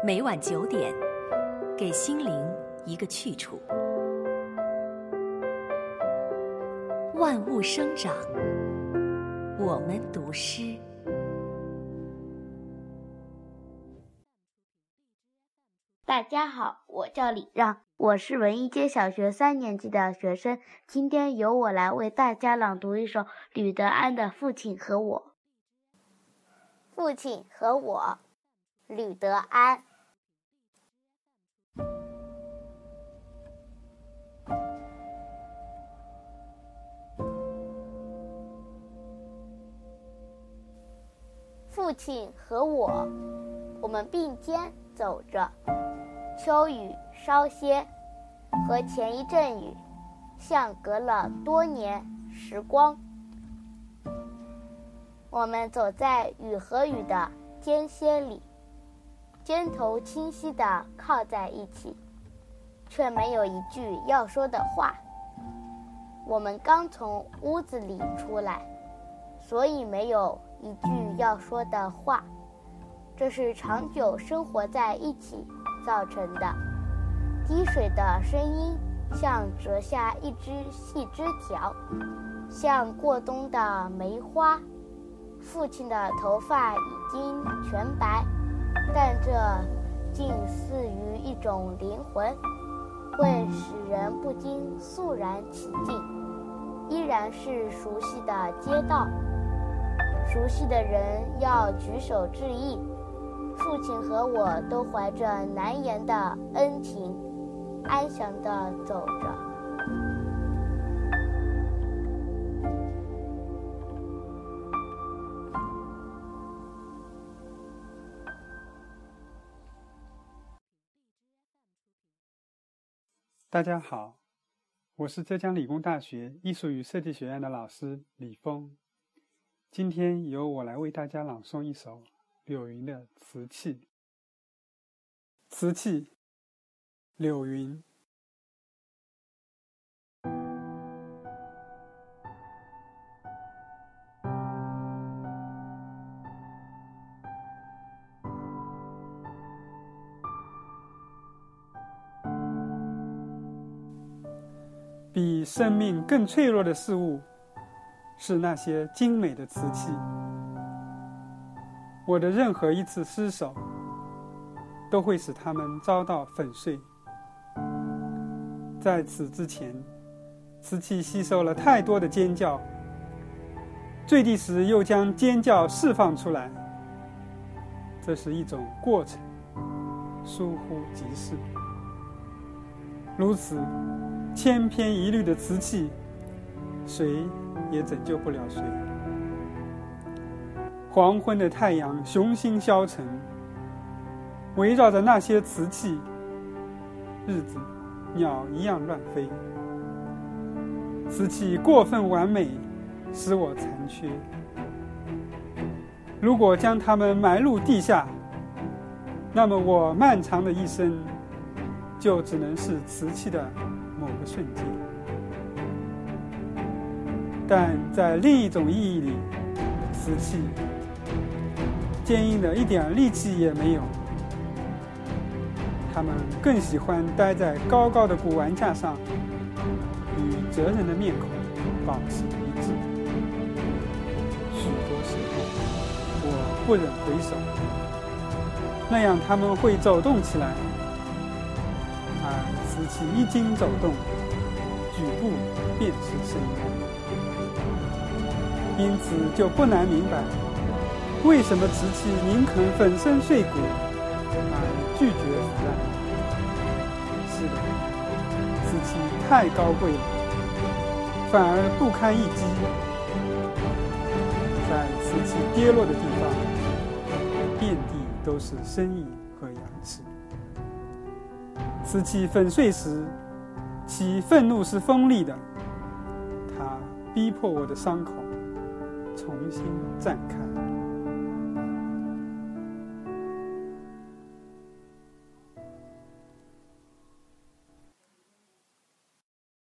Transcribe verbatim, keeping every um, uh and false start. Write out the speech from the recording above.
每晚九点，给心灵一个去处。万物生长，我们读诗。 大家好，我叫李让，我是文一街小学三年级的学生。今天由我来为大家朗读一首吕德安的《父亲和我》。父亲和我，吕德安。父亲和我，我们并肩走着，秋雨稍歇，和前一阵雨，像隔了多年时光。我们走在雨和雨的间歇里，肩头清晰地靠在一起，却没有一句要说的话。我们刚从屋子里出来，所以没有一句要说的话。这是长久生活在一起造成的。滴水的声音像折下一只细枝条，像过冬的梅花。父亲的头发已经全白，但这竟似于一种灵魂，会使人不禁肃然起敬。依然是熟悉的街道，熟悉的人要举手致意。父亲和我都怀着难言的恩情，安详地走着。 大家好，我是浙江理工大学艺术与设计学院的老师李峰。今天由我来为大家朗诵一首柳云的《瓷器》。瓷器，柳云。比生命更脆弱的事物，是那些精美的瓷器。我的任何一次失手，都会使它们遭到粉碎。在此之前，瓷器吸收了太多的尖叫，坠地时又将尖叫释放出来，这是一种过程，疏忽即逝。如此千篇一律的瓷器，谁也拯救不了谁。黄昏的太阳雄心消沉，围绕着那些瓷器，日子鸟一样乱飞。瓷器过分完美，使我残缺。如果将它们埋入地下，那么我漫长的一生就只能是瓷器的某个瞬间。但在另一种意义里，瓷器坚硬的一点力气也没有，他们更喜欢待在高高的古玩架上，与哲人的面孔保持一致。许多时候我不忍回首，那样他们会走动起来，而瓷器一经走动，举步便是声音。因此就不难明白，为什么瓷器宁肯粉身碎骨，而拒绝腐烂。是的，瓷器太高贵了，反而不堪一击。在瓷器跌落的地方，遍地都是身影和牙齿。瓷器粉碎时，其愤怒是锋利的，它逼迫我的伤口重新绽开。